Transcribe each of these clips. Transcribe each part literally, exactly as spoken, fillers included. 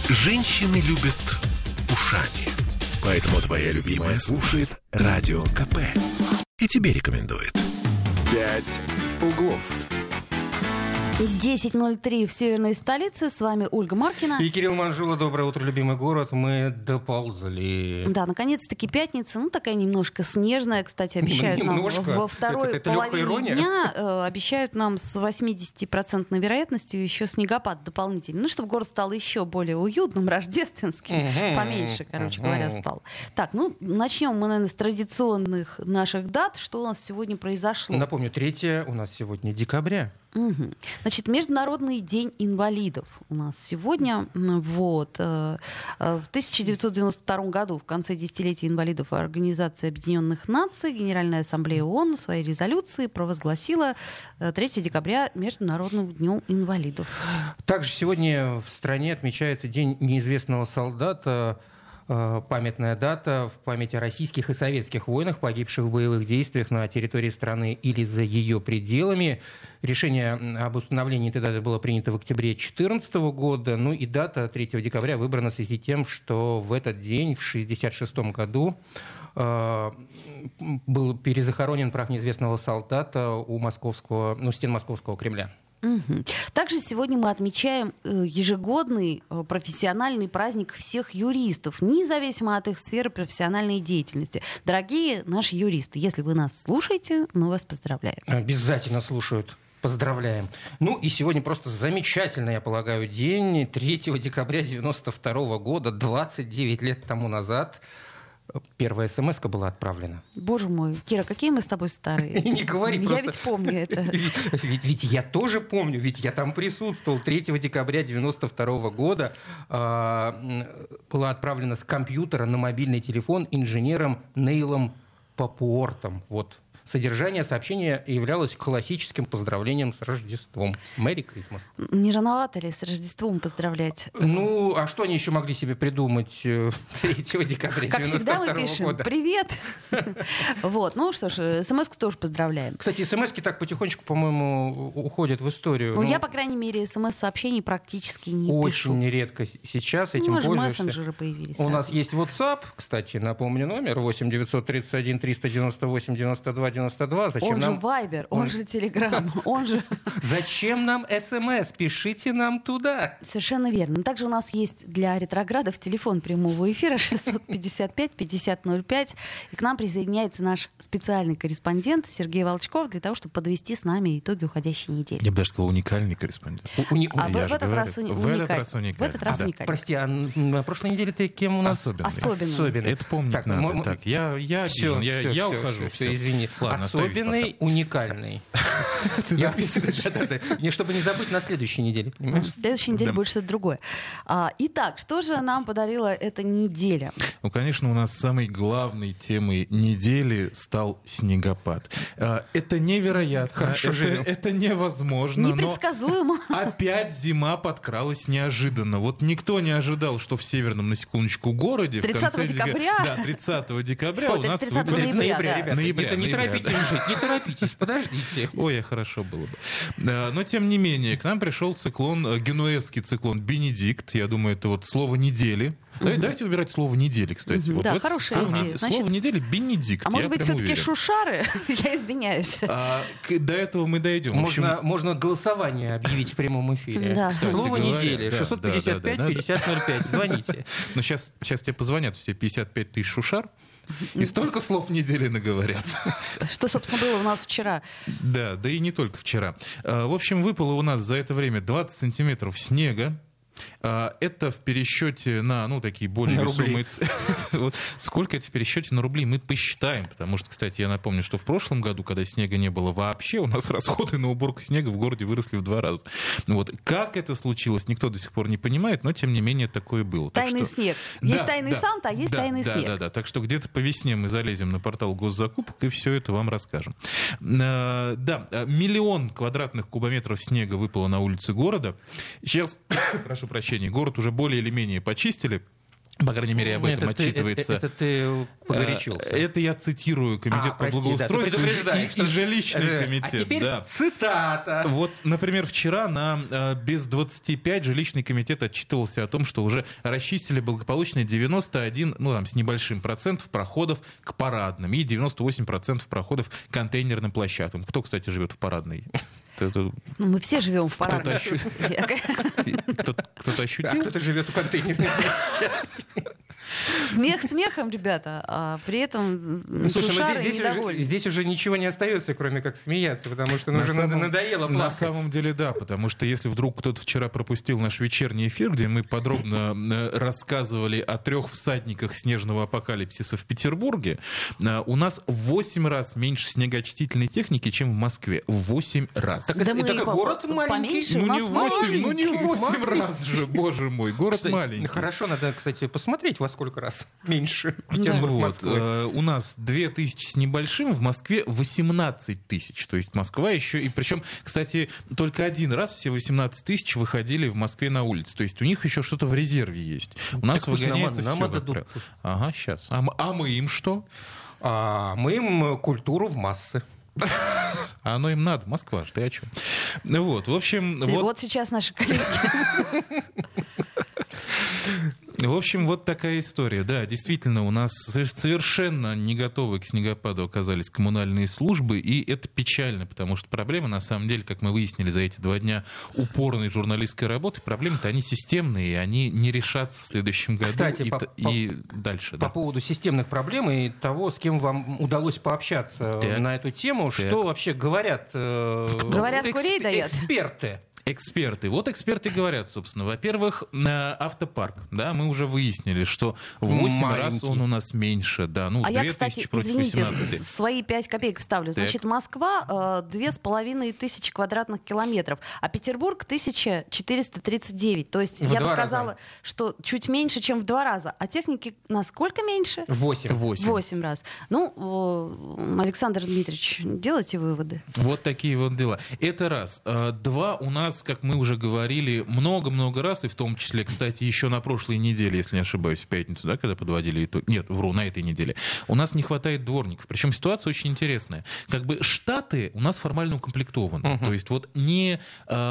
Женщины любят ушами. Поэтому твоя любимая слушает Радио КП. И тебе рекомендует. «Пять углов». десять ноль три в северной столице. С вами Ольга Маркина. И Кирилл Манжула. Доброе утро, любимый город. Мы доползли. Да, наконец-таки пятница. Ну, такая немножко снежная. Кстати, обещают нам во второй это, это половине дня. Э, обещают нам с восьмидесятипроцентной вероятностью еще снегопад дополнительный. Ну, чтобы город стал еще более уютным, рождественским. Uh-huh. Поменьше, короче uh-huh. говоря, стал. Так, ну, начнем мы, наверное, с традиционных наших дат. Что у нас сегодня произошло? Напомню, третье у нас сегодня декабря. Угу. Значит, Международный день инвалидов у нас сегодня. Вот. В тысяча девятьсот девяносто втором году, в конце десятилетия инвалидов, Организация Объединенных Наций, Генеральная Ассамблея ООН в своей резолюции провозгласила третьего декабря Международным днем инвалидов. Также сегодня в стране отмечается День неизвестного солдата. Памятная дата в память о российских и советских воинах, погибших в боевых действиях на территории страны или за ее пределами. Решение об установлении этой даты было принято в октябре две тысячи четырнадцатого года. Ну и дата третьего декабря выбрана в связи с тем, что в этот день, в шестьдесят шестом году, э, был перезахоронен прах неизвестного солдата у московского, ну, стен Московского Кремля. Угу. Также сегодня мы отмечаем ежегодный профессиональный праздник всех юристов, независимо от их сферы профессиональной деятельности. Дорогие наши юристы, если вы нас слушаете, мы вас поздравляем. Обязательно слушают. Поздравляем. Ну и сегодня просто замечательный, я полагаю, день. третьего декабря девяносто второго года, двадцать девять лет тому назад, первая смс-ка была отправлена. Боже мой, Кира, какие мы с тобой старые. Не говори, я ведь помню это. Ведь, ведь я тоже помню, ведь я там присутствовал. третьего декабря девяносто второго года э, была отправлена с компьютера на мобильный телефон инженером Нейлом Папуортом. Вот. Содержание сообщения являлось классическим поздравлением с Рождеством. Мэри Крисмас. Не рановато ли с Рождеством поздравлять? Ну, а что они еще могли себе придумать третьего декабря девяносто второго года? Как всегда мы пишем «Привет». Вот, ну что ж, смс-ку тоже поздравляем. Кстати, смс-ки так потихонечку, по-моему, уходят в историю. Ну, я, по крайней мере, смс-сообщений практически не пишу. Очень редко сейчас этим пользуешься. Ну, мессенджеры появились. У нас есть WhatsApp, кстати, напомню номер, восемь девятьсот тридцать один триста девяносто восемь девяносто два девяносто два. Зачем он нам... же Viber, он, он же Telegram, он же... Зачем нам СМС? Пишите нам туда. Совершенно верно. Также у нас есть для ретроградов телефон прямого эфира шестьсот пятьдесят пять пятьдесят ноль пять. И к нам присоединяется наш специальный корреспондент Сергей Волчков для того, чтобы подвести с нами итоги уходящей недели. Я бы даже сказал, уникальный корреспондент. Уни... А в, в, этот раз уни... в этот раз уникальный. В этот раз да. уникальный. Прости, а на прошлой неделе ты кем у нас? Особенный. Особенный. Особенный. Это помнить так, надо. Мы... Так, я, я, все, я, все, я все, ухожу. Все, все, извини. Ладно, особенный, уникальный. Ты записываешь? Не, чтобы не забыть на следующей неделе, понимаешь? На следующей неделе будет что-то другое. Итак, что же нам подарила эта неделя? Ну, конечно, у нас самой главной темой недели стал снегопад. Это невероятно. Хорошо живем. Это невозможно. Непредсказуемо. Опять зима подкралась неожиданно. Вот никто не ожидал, что в северном, на секундочку, городе... тридцатого декабря. Да, тридцатого декабря у нас... тридцатого ноября, ребята. Ноября, не ноября, торопитесь да. жить, не торопитесь, подождите. Ой, хорошо было бы. Но, тем не менее, к нам пришел циклон, генуэзский циклон Бенедикт. Я думаю, это вот слово недели. Угу. Давайте выбирать слово недели, кстати. Угу. Вот да, вот хорошая слово, идея. Слово Значит, недели Бенедикт. А может быть, все-таки уверен. шушары? Я извиняюсь. А, к, до этого мы дойдем. Можно, общем... можно голосование объявить в прямом эфире. Да. Слово говоря, недели. да, шестьсот пятьдесят пять пятьдесят ноль пять. Звоните. Ну, сейчас, сейчас тебе позвонят все пятьдесят пять тысяч шушар. И столько слов недели наговорят. Что, собственно, было у нас вчера. Да, да и не только вчера. В общем, выпало у нас за это время двадцать сантиметров снега. Это в пересчете на, ну, такие более весомые... Вот сколько это в пересчете на рубли, мы посчитаем. Потому что, кстати, я напомню, что в прошлом году, когда снега не было вообще, у нас расходы на уборку снега в городе выросли в два раза. Вот. Как это случилось, никто до сих пор не понимает, но, тем не менее, такое было. Тайный так что... снег. Есть да, тайный да, Санта, а есть да, тайный да, снег. Да, да, да. Так что где-то по весне мы залезем на портал госзакупок и все это вам расскажем. Да, миллион квадратных кубометров снега выпало на улицы города. Сейчас, прошу прощения, город уже более или менее почистили. По крайней мере, об этом это отчитывается. Ты, это, это ты погорячился. Это я цитирую комитет а, по прости, благоустройству да, и, что... и жилищный комитет. А теперь да. цитата. Вот, например, вчера на без двадцати пяти жилищный комитет отчитывался о том, что уже расчистили благополучно девяносто один, ну там с небольшим процентов проходов к парадным и девяносто восемь процентов проходов к контейнерным площадкам. Кто, кстати, живет в парадной? Это... Ну, мы все живем в парадной. Кто-то ощутил? А кто-то живет у контейнерной площадки. Смех смехом, ребята, а при этом ну, слушай, здесь, здесь, уже, здесь уже ничего не остается, кроме как смеяться, потому что ну, уже самом, надоело плакать. На самом деле, да, потому что если вдруг кто-то вчера пропустил наш вечерний эфир, где мы подробно рассказывали о трех всадниках снежного апокалипсиса в Петербурге, у нас в восемь раз меньше снегоочистительной техники, чем в Москве. В восемь раз. Так, да это по- город маленький. Ну не восемь, ну не восемь раз же, боже мой, город кстати, маленький. Хорошо, надо, кстати, посмотреть, во сколько раз меньше. Да. Вот, э, у нас две тысячи с небольшим, в Москве восемнадцать тысяч. То есть Москва еще... И причем, кстати, только один раз все восемнадцать тысяч выходили в Москве на улицу. То есть у них еще что-то в резерве есть. У нас так выгоняется нам, все. Нам ага, сейчас. А, а мы им что? А мы им культуру в массы. А оно им надо, Москва же, ты о чем? Ну вот, в общем... Вот, вот сейчас наши коллеги... В общем, вот такая история. Да, действительно, у нас совершенно не готовы к снегопаду оказались коммунальные службы, и это печально, потому что проблемы, на самом деле, как мы выяснили за эти два дня упорной журналистской работы, проблемы-то они системные, и они не решатся в следующем году. Кстати, и, по, и по, дальше. По да. поводу системных проблем и того, с кем вам удалось пообщаться так, на эту тему, так. что вообще говорят, э, говорят эксп, курей дает. эксперты? Эксперты. Вот эксперты говорят, собственно, во-первых, автопарк. Да, мы уже выяснили, что в восемь раз он у нас меньше. Да, ну, а я, кстати, извините, восемнадцати. Свои пять копеек вставлю. Так. Значит, Москва две с половиной тысячи квадратных километров, а Петербург тысяча четыреста тридцать девять. То есть в я бы сказала, раза. что чуть меньше, чем в два раза. А техники насколько меньше? Восемь. Восемь раз. Ну, Александр Дмитриевич, делайте выводы. Вот такие вот дела. Это раз. Два, у нас, как мы уже говорили много-много раз, и в том числе, кстати, еще на прошлой неделе, если не ошибаюсь, в пятницу, да, когда подводили итоги. Нет, вру, на этой неделе. У нас не хватает дворников. Причем ситуация очень интересная. Как бы штаты у нас формально укомплектованы. Uh-huh. То есть вот не...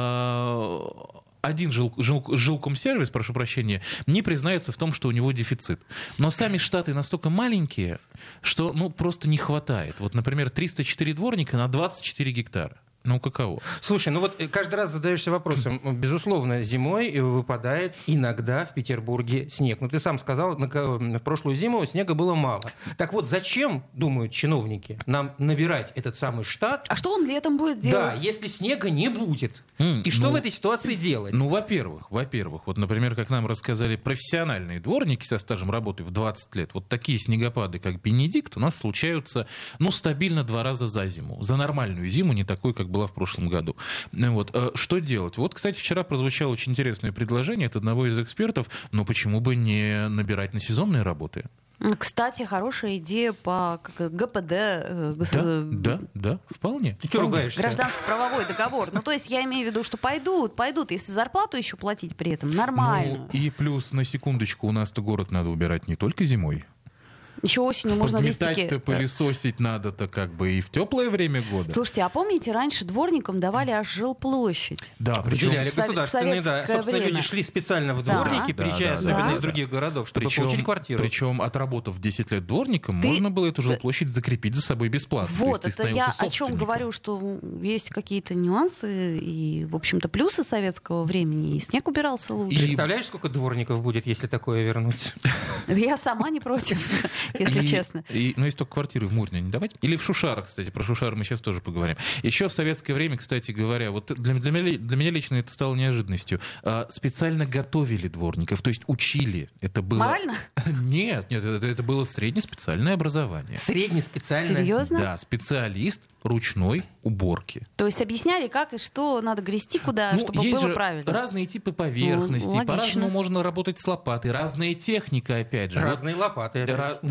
Э- один жил, жил, жилкомсервис, прошу прощения, не признается в том, что у него дефицит. Но сами штаты настолько маленькие, что ну, просто не хватает. Вот, например, триста четыре дворника на двадцать четыре гектара. Ну, каково? Слушай, ну вот каждый раз задаешься вопросом. Безусловно, зимой выпадает иногда в Петербурге снег. Но ты сам сказал, на прошлую зиму снега было мало. Так вот, зачем, думают чиновники, нам набирать этот самый штат? А что он летом будет делать? Да, если снега не будет. Mm, И что ну, в этой ситуации делать? Ну, во-первых, во-первых, вот, например, как нам рассказали профессиональные дворники со стажем работы в двадцать лет, вот такие снегопады, как Бенедикт, у нас случаются, ну, стабильно два раза за зиму. За нормальную зиму, не такой, как была в прошлом году. Вот. Что делать? Вот, кстати, вчера прозвучало очень интересное предложение от одного из экспертов, но почему бы не набирать на сезонные работы? Кстати, хорошая идея по ГПД. Да, да, да, вполне. Ты что ругаешься? Гражданско-правовой договор. Ну, то есть я имею в виду, что пойдут, пойдут, если зарплату еще платить при этом нормально. Ну, и плюс, на секундочку, у нас-то город надо убирать не только зимой. Еще осенью можно листики... Подметать-то, пылесосить надо-то как бы и в теплое время года. Слушайте, а помните, раньше дворникам давали аж жилплощадь? Да, причем... Выделяли государственные, да. Собственно, время. люди шли специально в дворники, да, приезжая да, особенно да, из да. других городов, чтобы причем, получить квартиру. Причем, отработав десять лет дворником, Ты... можно было эту жилплощадь закрепить за собой бесплатно. Вот, это я о чем говорю, что есть какие-то нюансы и, в общем-то, плюсы советского времени, и снег убирался лучше. И... Представляешь, сколько дворников будет, если такое вернуть? Я сама не против, если честно. И, ну, есть только квартиры в Мурне не давать. Или в Шушарах, кстати. Про Шушары мы сейчас тоже поговорим. Еще в советское время, кстати говоря, вот для, для, меня, для меня лично это стало неожиданностью. А, специально готовили дворников, то есть учили. Это было... Морально? Нет, нет, это, это было среднеспециальное образование. Среднеспециальное? Серьезно? Да, специалист ручной уборки. То есть объясняли, как и что надо грести, куда, ну, чтобы было правильно. Разные типы поверхностей, ну, по-разному можно работать с лопатой, разная техника, опять же. Разные вот. лопаты, Ра-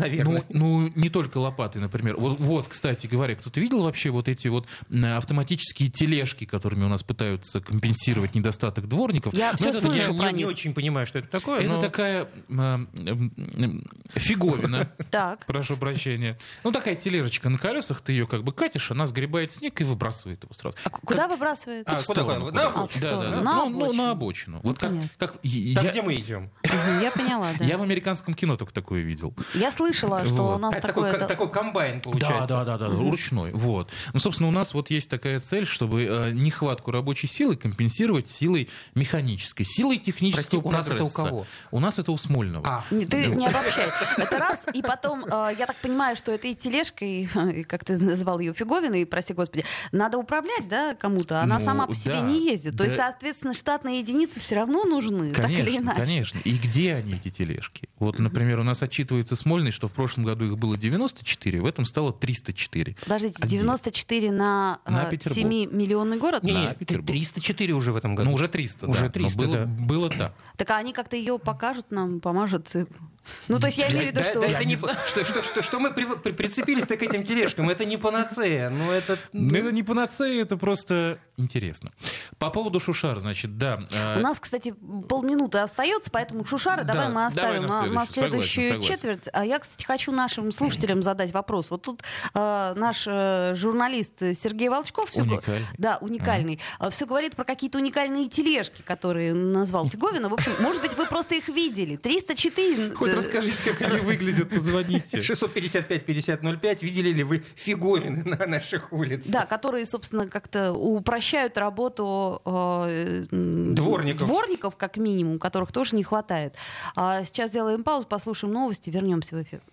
наверное. Ну, ну, не только лопаты, например. Вот, вот, кстати говоря, кто-то видел вообще вот эти вот автоматические тележки, которыми у нас пытаются компенсировать недостаток дворников? Я все это, слышу я про не, них. не очень понимаю, что это такое. Это но... такая э, э, фиговина. Так. Прошу прощения. Ну, такая тележечка на колесах, ты ее как бы катишь, она сгребает снег и выбрасывает его сразу. А куда выбрасывает? А, куда? сторону, На куда? обочину. Да, Да, да, да. на Ну, обочину. ну, на обочину. Вот как, как, Там, я, где мы идем. Я поняла, да. я в американском кино только такое видел. Я слышала, что Вот. у нас Это такое... такой, такой комбайн получается. Да, да, да, да, ручной. Вот. Ну, собственно, у нас вот есть такая цель, чтобы э, нехватку рабочей силы компенсировать силой механической, силой технического Прости, у нас прогресса. это у кого? У нас это у Смольного. А. Не, Ты не обобщай. Это раз, и потом, э, я так понимаю, что этой тележкой, и, как ты называл ее, фиговиной, прости господи, надо управлять, да, кому-то. Она Ну, сама по себе да, не ездит. То да. есть, соответственно, штатные единицы все равно нужны, так или Конечно, иначе. конечно. И где они, эти тележки? Вот, например, у нас отчитывается Смольный, что в прошлом году их было девяносто четыре, в этом стало триста четыре. Подождите, А где? девяносто четыре на, На э, Петербург. семимиллионный город? Не, На не, Петербург. триста четыре уже в этом году. Ну, уже триста, Уже да. триста, Но было, да. было так. Так а они как-то ее покажут нам, помажут. и- Ну, то есть я имею в виду, Да, что... да, это не, что, что, что, что мы при, при- прицепились-то к этим тележкам, это не панацея. Ну, это... Ну, это не панацея, это просто интересно. По поводу Шушар, значит, да. У нас, кстати, полминуты остается, поэтому Шушары Да, давай мы давай оставим на на, на следующую. следующую Согласен, согласен. четверть. А я, кстати, хочу нашим слушателям задать вопрос. Вот тут э, наш э, журналист Сергей Волчков... всё го- Уникальный. Да, уникальный. Все говорит про какие-то уникальные тележки, которые назвал Фиговина. В общем, может быть, вы просто их видели. триста четыре... Хоть э, расскажите, как они выглядят, позвоните. шестьсот пятьдесят пять пятьдесят ноль пять. Видели ли вы фиговины на наших улицах? Да, которые, собственно, как-то упрощают работу э, м, Дворников. дворников, как минимум, которых тоже не хватает. А сейчас сделаем паузу, послушаем новости, вернемся в эфир.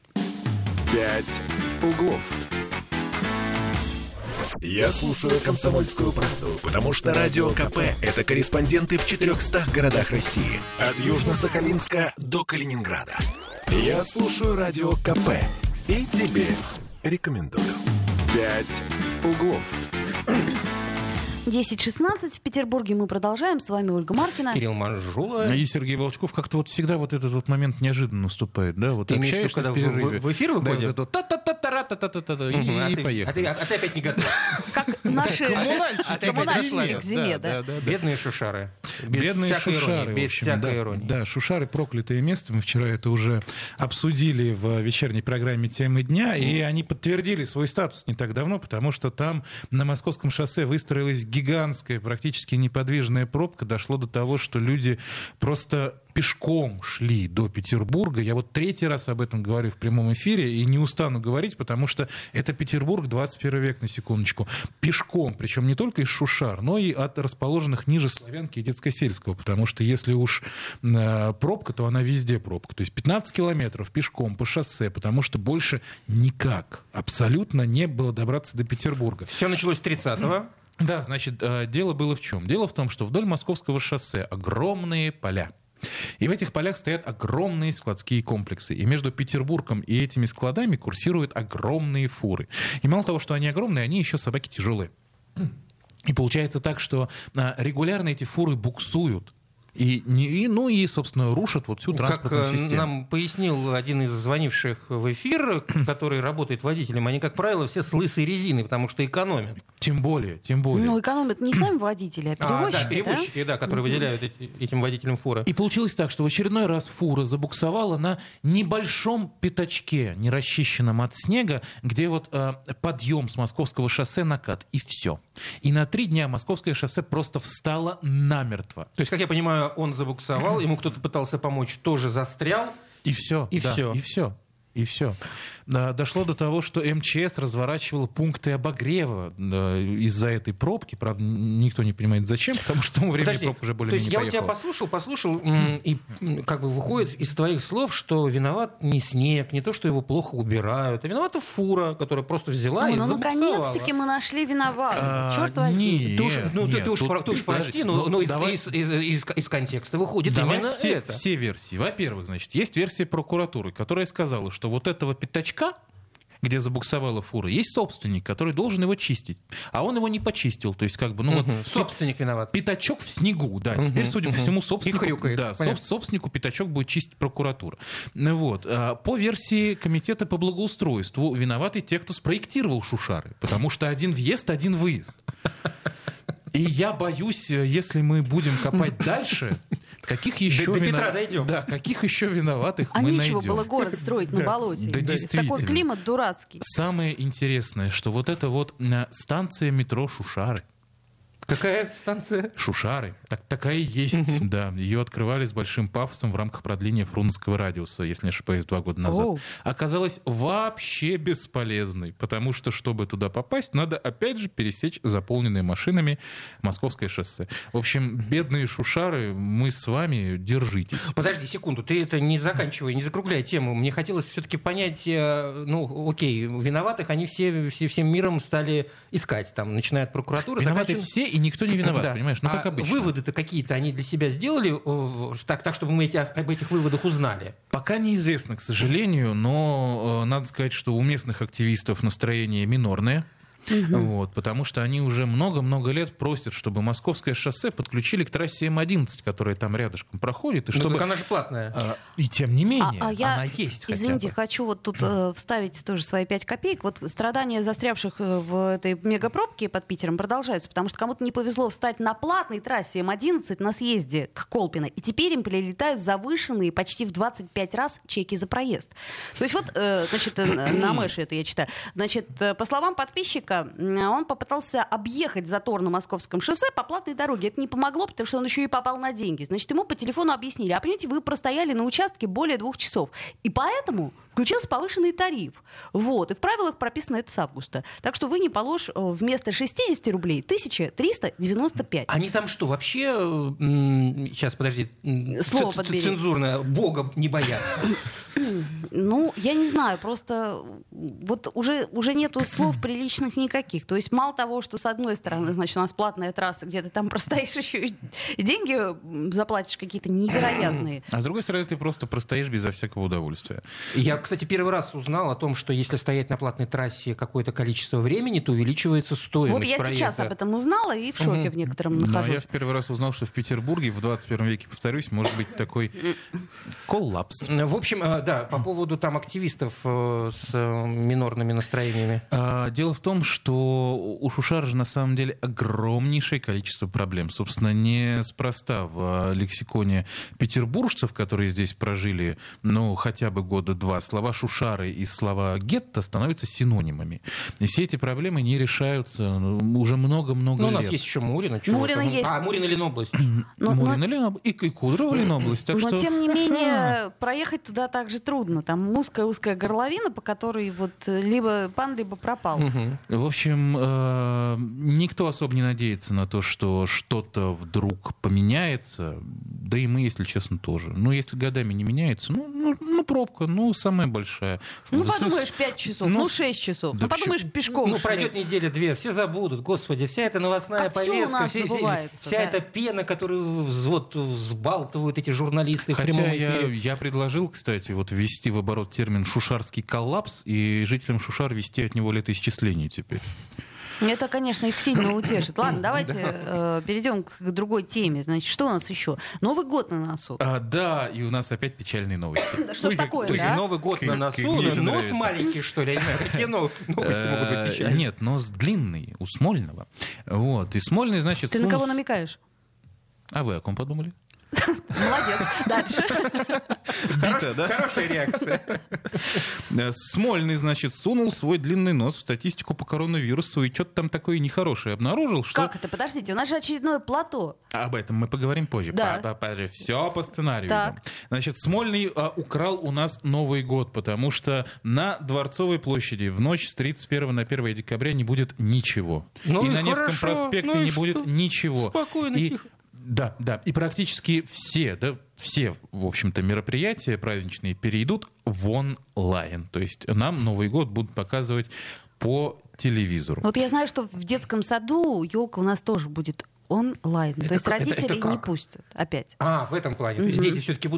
«Пять углов». Я слушаю «Комсомольскую правду», потому что Радио КП — это корреспонденты в четырехстах городах России. От Южно-Сахалинска до Калининграда. Я слушаю Радио КП и тебе рекомендую. «Пять углов». десять шестнадцать в Петербурге. Мы продолжаем. С вами Ольга Маркина. Кирилл Манжула. И Сергей Волчков, как-то вот всегда вот этот вот момент неожиданно наступает, да? Вот Ты имеешь в виду, общаешься когда в в, перерыве. в- в эфир Да, выходим? вот это вот та-та-та-та-ра-та-та-та-та, и, Мгм, а и ты- поехали. А ты, а ты опять не готов. Как наши Коммунальщики, А ты опять коммунальщики зашла. к зиме, да. да, да. Бедные шушары. Без Бедные всякой Шушары, иронии. в Без общем, всякой да, иронии. да, Шушары — проклятое место. Мы вчера это уже обсудили в вечерней программе «Темы дня», и они подтвердили свой статус не так давно, потому что там на Московском шоссе выстроилась гигантская, практически неподвижная пробка. Дошло до того, что люди просто пешком шли до Петербурга. Я вот третий раз об этом говорю в прямом эфире и не устану говорить, потому что это Петербург, двадцать первый век, на секундочку. Пешком, причем не только из Шушар, но и от расположенных ниже Славянки и Детско-Сельского, потому что если уж э, пробка, то она везде пробка. То есть пятнадцать километров пешком по шоссе, потому что больше никак, абсолютно не было добраться до Петербурга. Все началось с тридцатого. Да, значит, э, дело было в чем? Дело в том, что вдоль Московского шоссе огромные поля. И в этих полях стоят огромные складские комплексы. И между Петербургом и этими складами курсируют огромные фуры. И мало того, что они огромные, они еще собаки тяжелые. И получается так, что а, регулярно эти фуры буксуют. И, не, и, ну и, собственно, рушат вот всю транспортную Как э, систему. нам пояснил один из звонивших в эфир, который работает водителем, они, как правило, все с лысой резины, потому что экономят. Тем более, тем более. Ну, экономят не сами водители, а А, перевозчики, да, перевозчики, да, которые выделяют эти- этим водителям фуры. И получилось так, что в очередной раз фура забуксовала на небольшом пятачке, не расчищенном от снега, где вот э, подъем с Московского шоссе накат, и все. И на три дня Московское шоссе просто встало намертво. То есть, как я понимаю, он забуксовал, ему кто-то пытался помочь, тоже застрял. И все. И да, всё. И все. И все. Дошло до того, что эм че эс разворачивала пункты обогрева да, из-за этой пробки. Правда, никто не понимает, зачем, потому что к тому времени Подожди, пробка уже то более-менее есть я у поехала. тебя послушал, послушал, м, и м, как бы выходит из твоих слов, что виноват не снег, не то, что его плохо убирают, а виновата фура, которая просто взяла Ой, и ну, забуксовала. наконец-таки мы нашли виноватого. А, Черт возьми. нет, Ты уж, ну, ты, нет, ты уж, тут- про- ты уж подожди, прости, но, ну, но из, давай- из, из, из- из контекста выходит Давай именно все, это. все версии. Во-первых, значит, есть версия прокуратуры, которая сказала, что вот этого пятачка где забуксовала фура, есть собственник, который должен его чистить. А он его не почистил. То есть, как бы, ну угу. вот... Собственник виноват. Пятачок в снегу, да. Угу. Теперь, судя угу. по всему, собственнику, да, собственнику пятачок будет чистить прокуратура. Вот. По версии комитета по благоустройству виноваты те, кто спроектировал Шушары. Потому что один въезд, один выезд. И я боюсь, если мы будем копать дальше, каких еще, до, до вина... да, каких еще виноватых а мы найдем. А нечего было город строить на болоте. Да, действительно. Такой климат дурацкий. Самое интересное, что вот эта вот станция метро Шушары. Какая станция? Шушары. Так, такая и есть, uh-huh. да. Ее открывали с большим пафосом в рамках продления Фрунзенского радиуса, если не ошибаюсь, два года назад. Oh. Оказалась вообще бесполезной, потому что, чтобы туда попасть, надо опять же пересечь заполненные машинами Московское шоссе. В общем, бедные Шушары, мы с вами, держитесь. Подожди секунду, ты это не заканчивай, не закругляй тему. Мне хотелось все-таки понять, ну, окей, виноватых они все, все всем миром стали искать, там, начиная от прокуратуры. Виноваты заканчивая... все, и никто не виноват, да. Понимаешь? Ну, а как обычно. Выводы-то какие-то они для себя сделали, так, так чтобы мы эти, об этих выводах узнали? Пока неизвестно, к сожалению, но э, надо сказать, что у местных активистов настроение минорное. Угу. Вот, потому что они уже много-много лет просят, чтобы Московское шоссе подключили к трассе эм одиннадцать, которая там рядышком проходит. И чтобы... так она же платная. А, и тем не менее, а, а я, она есть. Извините, хотя бы. хочу вот тут э, вставить тоже свои пять копеек. Вот страдания застрявших в этой мегапробке под Питером продолжаются, потому что кому-то не повезло встать на платной трассе эм одиннадцать на съезде к Колпино, и теперь им прилетают завышенные почти в двадцать пять раз чеки за проезд. То есть вот, э, значит, на Мэше это я читаю. Значит, по словам подписчика, он попытался объехать затор на Московском шоссе по платной дороге. Это не помогло, потому что он еще и попал на деньги. Значит, ему по телефону объяснили: а понимаете, вы простояли на участке более двух часов. И поэтому включился повышенный тариф. Вот. И в правилах прописано это с августа. Так что вы не положь вместо шестьдесят рублей тысяча триста девяносто пять. Они там что, вообще... Сейчас, подожди. Слово подбери. Цензурное. Бога не боятся. Ну, я не знаю. Просто вот уже, уже нету слов приличных никаких. То есть мало того, что с одной стороны, значит, у нас платная трасса, где ты там простоишь еще и деньги заплатишь какие-то невероятные. А с другой стороны, ты просто простоишь безо всякого удовольствия. Я, кстати, первый раз узнал о том, что если стоять на платной трассе какое-то количество времени, то увеличивается стоимость проезда. Вот я проезда. сейчас об этом узнала и в шоке угу. в некотором нахожусь. Но я в первый раз узнал, что в Петербурге в двадцать первом веке, повторюсь, может быть такой коллапс. В общем, да, по поводу там активистов с минорными настроениями. Дело в том, что у Шушар же на самом деле огромнейшее количество проблем. Собственно, неспроста в лексиконе петербуржцев, которые здесь прожили, ну, хотя бы года два, слова «шушары» и слова «гетто» становятся синонимами. И все эти проблемы не решаются уже много-много ну, лет. У нас есть еще Мурино. Мурино есть. А, Мурино Ленобласть. Мурино Ленобласть. И Кудрово Ленобласть. Но, тем не менее, проехать туда так же трудно. Там узкая-узкая горловина, по которой вот либо пан, либо пропал. В общем, никто особо не надеется на то, что что-то вдруг поменяется. Да и мы, если честно, тоже. Но если годами не меняется, ну, ну, ну пробка, ну, самая большая. Ну, подумаешь, пять часов, ну, ну шесть часов. Да ну, подумаешь, пешком. Ну, пройдет неделя-две, все забудут. Господи, вся эта новостная как повестка, все, все, вся да. эта пена, которую вот, взбалтывают эти журналисты. Хотя я, я предложил, кстати, вот ввести в оборот термин «шушарский коллапс», и жителям Шушар вести от него летоисчисление теперь. Это, конечно, их сильно утешит. Ладно, давайте э, перейдем к другой теме. Значит, что у нас еще? Новый год на носу. А, да, и у нас опять печальные новости. Что ж такое, да? Новый год на носу, нос маленький, что ли? Я не знаю, какие новости могут быть печальные? Нет, нос длинный, у Смольного. Вот, и Смольный, значит... Ты на кого намекаешь? А вы о ком подумали? Молодец. Дальше. Бита, да? Хорошая реакция. Смольный, значит, сунул свой длинный нос в статистику по коронавирусу и что-то там такое нехорошее обнаружил, что... Как это? Подождите, у нас же очередное плато. Об этом мы поговорим позже. Да. Все по сценарию. Так. Значит, Смольный а, украл у нас Новый год, потому что на Дворцовой площади в ночь с тридцать первого на первое декабря не будет ничего. Ну и, и на хорошо. Невском проспекте ну не что? будет ничего. Спокойно, и... тихо. Да, да. И практически все, да, все, в общем-то, мероприятия праздничные перейдут в онлайн. То есть нам Новый год будут показывать по телевизору. Вот я знаю, что в детском саду елка у нас тоже будет онлайн. Это То есть как, родители это, это не пустят опять. А, в этом плане. Mm-hmm. То есть дети все-таки будут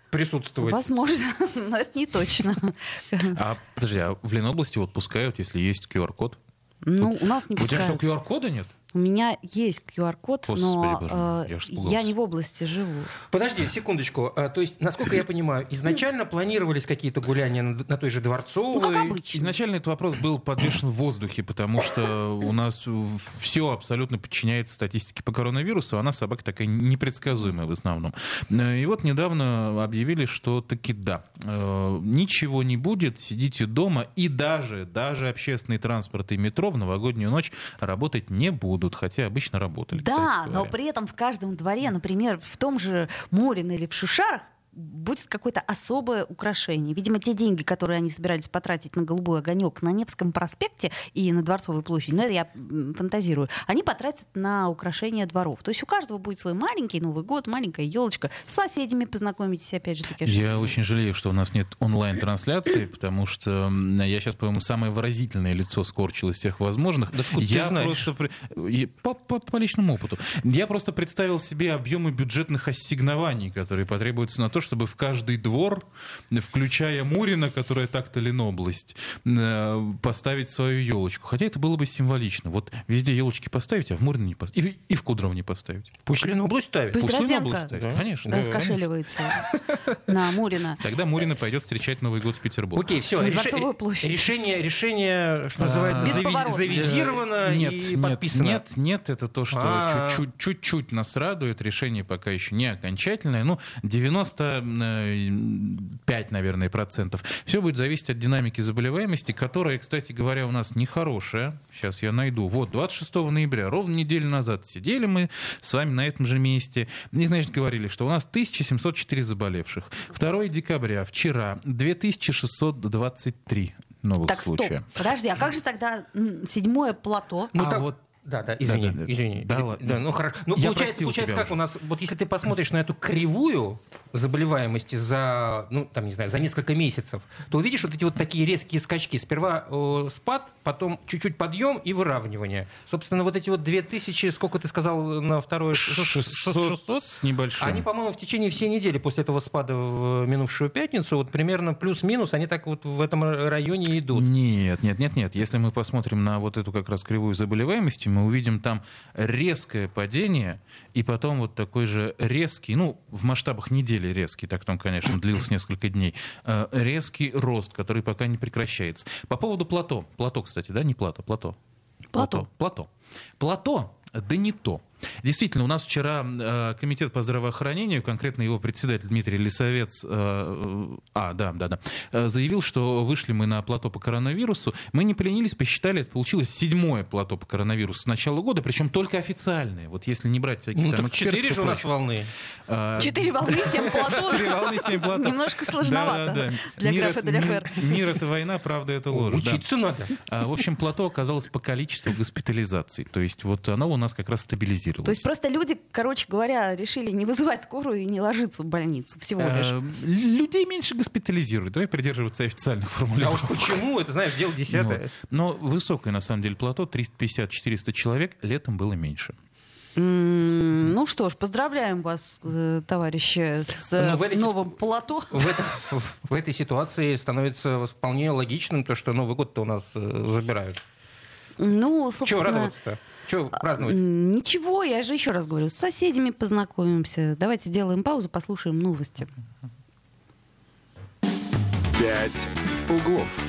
присутствовать. Возможно, но это не точно. А, подожди, а в Ленобласти вот пускают, если есть ку ар код? Ну, у нас не У тебя пускают. что, ку ар кода нет? У меня есть ку ар код, Господи, но боже мой, э, я ж я не в области живу. Подожди, секундочку. А, то есть, насколько я понимаю, изначально планировались какие-то гуляния на, на той же Дворцовой? Ну, как обычно. Изначально этот вопрос был подвешен в воздухе, потому что у нас все абсолютно подчиняется статистике по коронавирусу, а она собака такая непредсказуемая в основном. И вот недавно объявили, что таки да, ничего не будет, сидите дома, и даже, даже общественный транспорт и метро в новогоднюю ночь работать не будут, хотя обычно работали. Да, но при этом в каждом дворе, например, в том же Мурино или в Шушарах, будет какое-то особое украшение. Видимо, те деньги, которые они собирались потратить на голубой огонек на Невском проспекте и на Дворцовой площади, ну это я фантазирую, они потратят на украшение дворов. То есть у каждого будет свой маленький Новый год, маленькая елочка. С соседями познакомитесь, опять же таки. Я очень жалею, что у нас нет онлайн-трансляции, потому что я сейчас, по-моему, самое выразительное лицо скорчил из всех возможных. Да я просто по, по, по личному опыту. Я просто представил себе объемы бюджетных ассигнований, которые потребуются на то, чтобы в каждый двор, включая Мурино, которая так-то Ленобласть, поставить свою елочку. Хотя это было бы символично. Вот везде елочки поставить, а в Мурино не поставить. И, и в Кудрово не поставить. Пусть Ленобласть ставит. Пусть, Пусть Родзянко Ленобласть ставит. Да. Конечно. Раскошеливается на Мурино. Тогда Мурино пойдет встречать Новый год в Петербург. Окей, все. На Реш... Дворцовую площадь. Решение, решение, что называется, зави... завизировано нет, и нет, подписано. Нет, нет, это то, что А-а-а. чуть-чуть, чуть-чуть нас радует. Решение пока еще не окончательное. Ну, девяносто пять, наверное, процентов. Все будет зависеть от динамики заболеваемости, которая, кстати говоря, у нас нехорошая. Сейчас я найду. Вот, двадцать шестого ноября, ровно неделю назад сидели мы с вами на этом же месте. И, значит, говорили, что у нас тысяча семьсот четыре заболевших. второго декабря, вчера, две тысячи шестьсот двадцать три новых Так, случая. стоп. Подожди, а как же тогда м, седьмое плато? Ну, а так... вот Да, да, извини, да, да, да. извини. Да, Извини. ладно. Да, ну хорошо. Ну, Я получается, получается как уже. у нас, вот если ты посмотришь на эту кривую заболеваемости за, ну, там, не знаю, за несколько месяцев, то увидишь вот эти вот такие резкие скачки. Сперва э, спад, потом чуть-чуть подъем и выравнивание. Собственно, вот эти вот две тысячи, сколько ты сказал на второе? шестьсот с небольшим. Они, по-моему, в течение всей недели после этого спада в минувшую пятницу, вот примерно плюс-минус, они так вот в этом районе идут. Нет, нет, нет, нет. Если мы посмотрим на вот эту как раз кривую заболеваемости, мы увидим там резкое падение и потом вот такой же резкий, ну, в масштабах недели резкий, так там, конечно, длился несколько дней, резкий рост, который пока не прекращается. По поводу плато. Плато, кстати, да, не плато, плато. Плато. Плато. Плато, да не то. Действительно, у нас вчера э, комитет по здравоохранению, конкретно его председатель Дмитрий Лисовец, э, а, да, да, да, э, заявил, что вышли мы на плато по коронавирусу. Мы не поленились, посчитали, это получилось седьмое плато по коронавирусу с начала года, причем только официальные. Вот если не брать всяких Ну, там так экспертов. четыре же у нас волны. А, Четыре волны, семь плато. Четыре волны, семь плато. Немножко сложновато Да, да, да. для Мир графа это- де ля Фер. Мир — это война, правда — это ложь. да. Учиться надо. А, В общем, плато оказалось по количеству госпитализаций. То есть вот оно у нас как раз стабилизировалось. То есть просто люди, короче говоря, решили не вызывать скорую и не ложиться в больницу всего лишь. Э, Людей меньше госпитализируют. Давай придерживаться официальных А уж формулировок. почему? Это, знаешь, дело десятое. Но высокое, на самом деле, плато, триста пятьдесят - четыреста человек, летом было меньше. М, Ну что ж, поздравляем вас, э, товарищи, с э, Ну, в этой си- новым плато. В, этом- в этой ситуации становится вполне логичным то, что Новый год-то у нас э, забирают. Ну, Чего собственно, радоваться-то? Чего праздновать? м, ничего, я же еще раз говорю, с соседями познакомимся. Давайте сделаем паузу, послушаем новости. «Пять углов».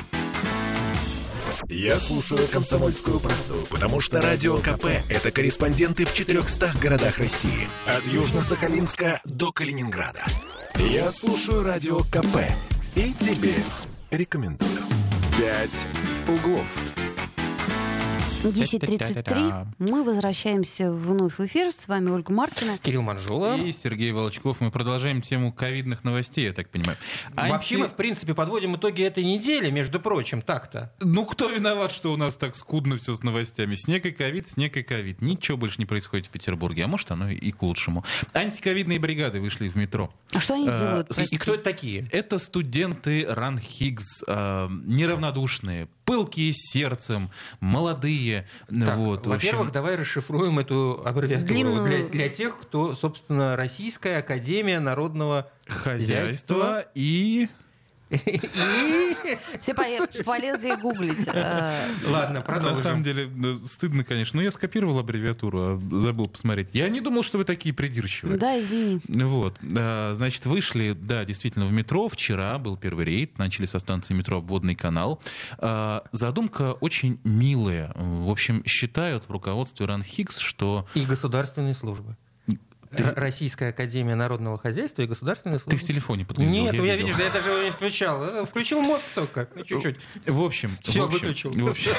Я слушаю «Комсомольскую правду», потому что Радио КП — это корреспонденты в четырехстах городах России. От Южно-Сахалинска до Калининграда. Я слушаю Радио КП и тебе рекомендую. «Пять углов». десять тридцать три. Мы возвращаемся вновь в эфир. С вами Ольга Маркина. Кирилл Манжула. И Сергей Волчков. Мы продолжаем тему ковидных новостей, я так понимаю. Вообще Анти- мы, в принципе, подводим итоги этой недели, между прочим, так-то. Ну, кто виноват, что у нас так скудно все с новостями? Снег и ковид, снег и ковид. Ничего больше не происходит в Петербурге. А может, оно и к лучшему. Антиковидные бригады вышли в метро. А что они Э, делают? И, и кто это такие? Это студенты РАН Хиггс, э, неравнодушные, пылкие сердцем, молодые. Так, вот, во-первых, общем... давай расшифруем эту аббревиатуру Длинную... для, для тех, кто, собственно, Российская Академия Народного Хозяйства и... Все полезли гуглить. Ладно, продолжим. На самом деле, стыдно, конечно. Но я скопировал аббревиатуру, а забыл посмотреть. Я не думал, что вы такие придирчивые. Да, извини. Вот. Значит, вышли, да, действительно, в метро. Вчера был первый рейд. Начали со станции метро «Обводный канал». Задумка очень милая. В общем, считают в руководстве РАНХИКС, что... И государственные службы. Ты... Российская Академия Народного Хозяйства и Государственной службы. Ты в телефоне подглядел. Нет, я, я видишь, я даже его не включал. Включил мозг только, чуть-чуть. В общем, все в общем, выключил. В общем,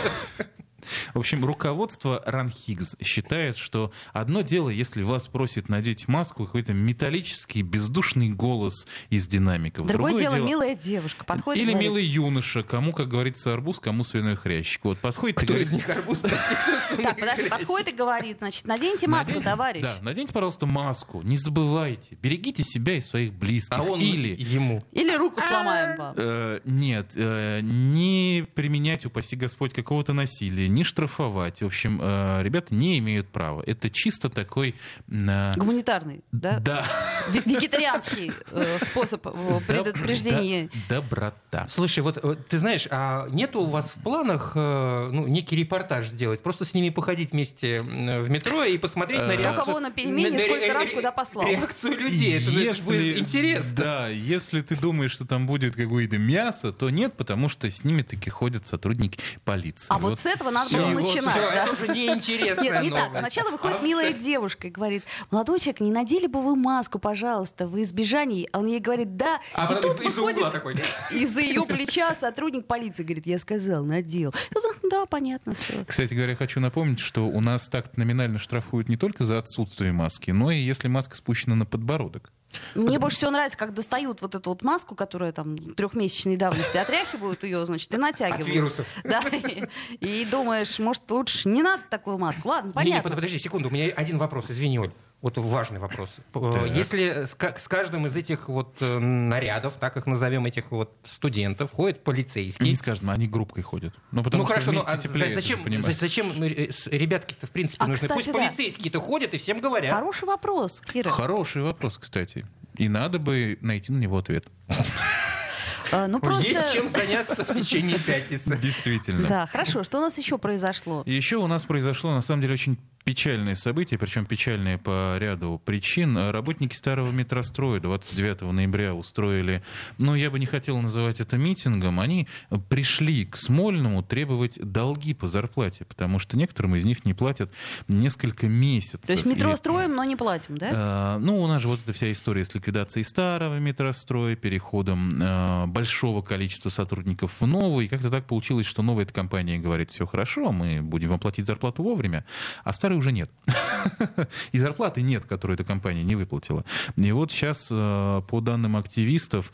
в общем, руководство РАНХИКС считает, что одно дело, если вас просит надеть маску, какой-то металлический бездушный голос из динамиков. Другое, Другое дело, дело, милая девушка подходит. Или говорит... милый юноша, кому, как говорится, арбуз, кому свиной хрящик. Вот подходит Кто и говорит... из них арбуз? Так, подожди, подходит и говорит, значит, наденьте маску, товарищ. Да, наденьте, пожалуйста, маску. Не забывайте. Берегите себя и своих близких. А он или ему. Или руку сломаем вам. Нет, не применять, упаси Господь, какого-то насилия, не штрафовать. В общем, ребята не имеют права. Это чисто такой... Гуманитарный, да? Да. Вегетарианский способ предупреждения. Доброта. Слушай, вот ты знаешь, а нет у вас в планах ну, некий репортаж сделать? Просто с ними походить вместе в метро и посмотреть на реакцию... Кто кого на перемене, сколько раз куда послал. Реакцию людей. Это будет интересно. Да, если ты думаешь, что там будет какое-то мясо, то нет, потому что с ними таки ходят сотрудники полиции. А вот с этого надо было начинать. Все, да? это уже неинтересная Нет, не новость. так. Сначала выходит а милая вот... девушка и говорит: молодой человек, не надели бы вы маску, пожалуйста, в избежании. А он ей говорит: да. А и потом тут из, выходит из-за такой, да? из-за ее плеча сотрудник полиции говорит: я сказал, надел. Да, понятно, все. Кстати говоря, хочу напомнить, что у нас так номинально штрафуют не только за отсутствие маски, но и если маска спущена на подбородок. Мне Потому... больше всего нравится, как достают вот эту вот маску, которая там трехмесячной давности, отряхивают ее, значит, и натягивают. От вирусов. Да, и, и думаешь, может, лучше не надо такую маску. Ладно, понятно. Не, не, подожди секунду, у меня один вопрос, извини, Оль. Вот важный вопрос. Так. Если с, с каждым из этих вот нарядов, так их назовем, этих вот студентов, ходит полицейский. Не с каждым, они группкой ходят. Ну, потому ну что хорошо, ну, а теплее, зачем, зачем ребятки-то в принципе а, нужны? кстати, Пусть да. полицейские-то ходят и всем говорят. Хороший вопрос, Кира. Хороший вопрос, кстати. И надо бы найти на него ответ. Ну, просто... Есть чем заняться в течение пятницы. Действительно. Да, хорошо. Что у нас еще произошло? Еще у нас произошло, на самом деле, очень печальные события, причем печальные по ряду причин. Работники старого метростроя двадцать девятого ноября устроили, ну, я бы не хотел называть это митингом, они пришли к Смольному требовать долги по зарплате, потому что некоторым из них не платят несколько месяцев. То есть метро И, строим, но не платим, да? Э, ну, у нас же вот эта вся история с ликвидацией старого метростроя, переходом э, большого количества сотрудников в новый, и как-то так получилось, что новая эта компания говорит: все хорошо, мы будем вам платить зарплату вовремя, а старый уже нет. И зарплаты нет, которую эта компания не выплатила. И вот сейчас, по данным активистов,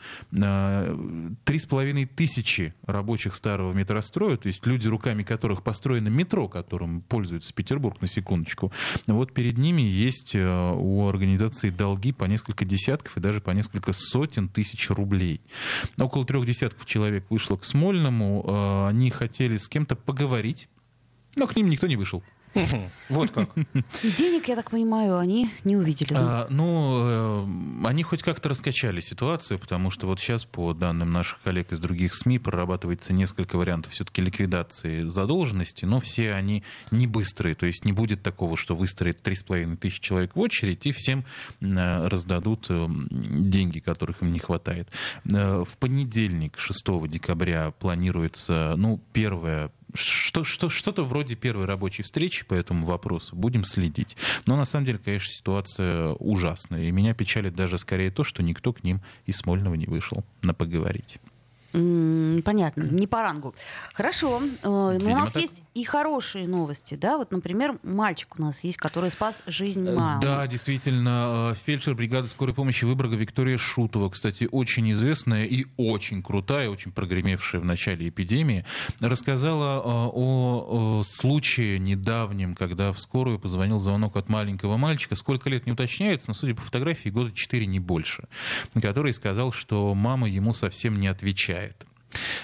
три с половиной тысячи рабочих старого метростроя, то есть люди, руками которых построено метро, которым пользуется Петербург, на секундочку, вот перед ними есть у организации долги по несколько десятков и даже по несколько сотен тысяч рублей. Около трех десятков человек вышло к Смольному, они хотели с кем-то поговорить, но к ним никто не вышел. Вот как. Денег, я так понимаю, они не увидели. Да? А, ну, э, они хоть как-то раскачали ситуацию, потому что вот сейчас, по данным наших коллег из других СМИ, прорабатывается несколько вариантов все-таки ликвидации задолженности, но все они не быстрые. То есть не будет такого, что выстроит три с половиной тысячи человек в очередь и всем э, раздадут э, деньги, которых им не хватает. Э, в понедельник, шестого декабря, планируется, ну, первое, Что, что, что-то вроде первой рабочей встречи по этому вопросу. Будем следить. Но на самом деле, конечно, ситуация ужасная. И меня печалит даже скорее то, что никто к ним из Смольного не вышел на поговорить. Понятно, не по рангу. Хорошо, но Видимо, у нас так. есть и хорошие новости, да, вот, например, мальчик у нас есть, который спас жизнь мамы. Да, действительно, фельдшер бригады скорой помощи Выборга Виктория Шутова, кстати, очень известная и очень крутая, очень прогремевшая в начале эпидемии, рассказала о, о случае недавнем, когда в скорую позвонил звонок от маленького мальчика, сколько лет не уточняется, но, судя по фотографии, года четыре, не больше, который сказал, что мама ему совсем не отвечает.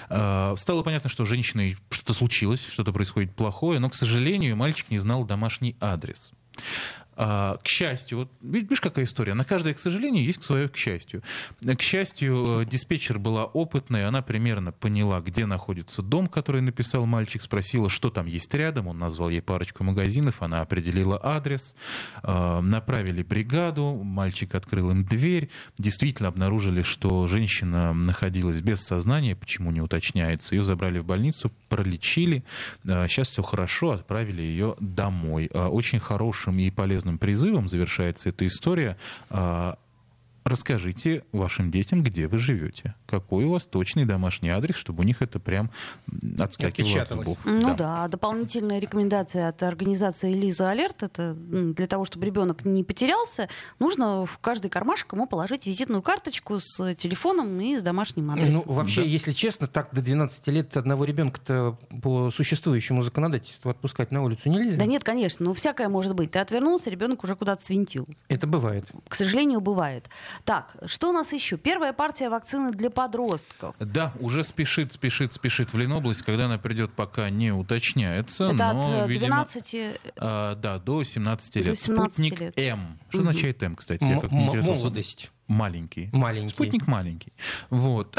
Стало понятно, что с женщиной что-то случилось, что-то происходит плохое, но, к сожалению, мальчик не знал домашний адрес. К счастью, вот видишь, какая история? На каждое, к сожалению, есть свое к счастью. К счастью, диспетчер была опытная, она примерно поняла, где находится дом, который написал мальчик, спросила, что там есть рядом, он назвал ей парочку магазинов, она определила адрес, направили бригаду, мальчик открыл им дверь, действительно обнаружили, что женщина находилась без сознания, почему не уточняется, ее забрали в больницу, пролечили, сейчас все хорошо, отправили ее домой. Очень хорошим и полезным призывом завершается эта история. Расскажите вашим детям, где вы живете. Какой у вас точный домашний адрес, чтобы у них это прям отскакивало от зубов. Ну да. да, дополнительная рекомендация от организации Лиза Алерт, это для того, чтобы ребенок не потерялся, нужно в каждый кармашек ему положить визитную карточку с телефоном и с домашним адресом. Ну, вообще, да. Если честно, так до двенадцати лет одного ребенка-то по существующему законодательству отпускать на улицу нельзя. Да нет, конечно, ну всякое может быть. Ты отвернулся, ребенок уже куда-то свинтил. Это бывает. К сожалению, бывает. Так, что у нас еще? Первая партия вакцины для подростков. Да, уже спешит, спешит, спешит в Ленобласть. Когда она придет, пока не уточняется. Это но, от двенадцати... Видимо, а, да, до семнадцати лет. До семнадцати Спутник лет. М. Что угу. означает М, кстати? М- Я как м- молодость. Маленький. Маленький. Спутник маленький. Вот.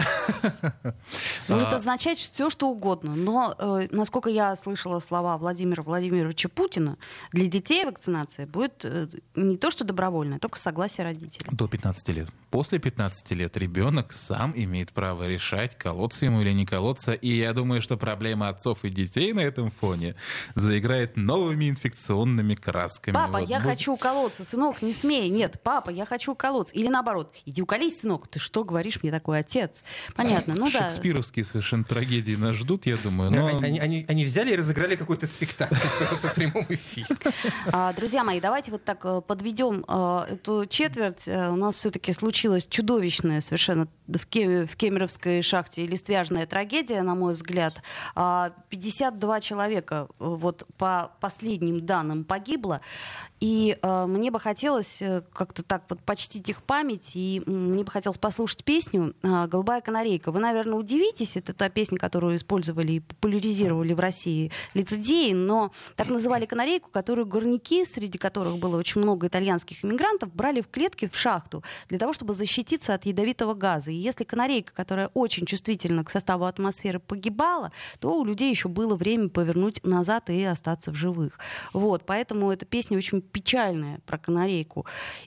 Может означать все, что угодно. Но, э, насколько я слышала слова Владимира Владимировича Путина, для детей вакцинация будет э, не то, что добровольная, только согласие родителей. До пятнадцати лет. После пятнадцати лет ребенок сам имеет право решать, колоться ему или не колоться. И я думаю, что проблема отцов и детей на этом фоне заиграет новыми инфекционными красками. Папа, вот я будет... хочу колоться. Сынок, не смей. Нет, папа, я хочу колоться. Или наоборот. Иди уколись, сынок. Ты что говоришь мне такой отец? Понятно, ну да. Шекспировские совершенно трагедии нас ждут, я думаю. Но... Они, они, они взяли и разыграли какой-то спектакль просто в прямом эфире. Друзья мои, давайте вот так подведем эту четверть. У нас все-таки случилась чудовищная совершенно в Кемеровской шахте листвяжная трагедия, на мой взгляд. пятьдесят два человека, вот по последним данным, погибло. И э, мне бы хотелось э, как-то так вот почтить их память, и мне бы хотелось послушать песню э, «Голубая канарейка». Вы, наверное, удивитесь, это та песня, которую использовали и популяризировали в России лицедеи, но так называли канарейку, которую горняки, среди которых было очень много итальянских иммигрантов, брали в клетки в шахту для того, чтобы защититься от ядовитого газа. И если канарейка, которая очень чувствительна к составу атмосферы, погибала, то у людей еще было время повернуть назад и остаться в живых. Вот, поэтому эта песня очень печальная про канарейку.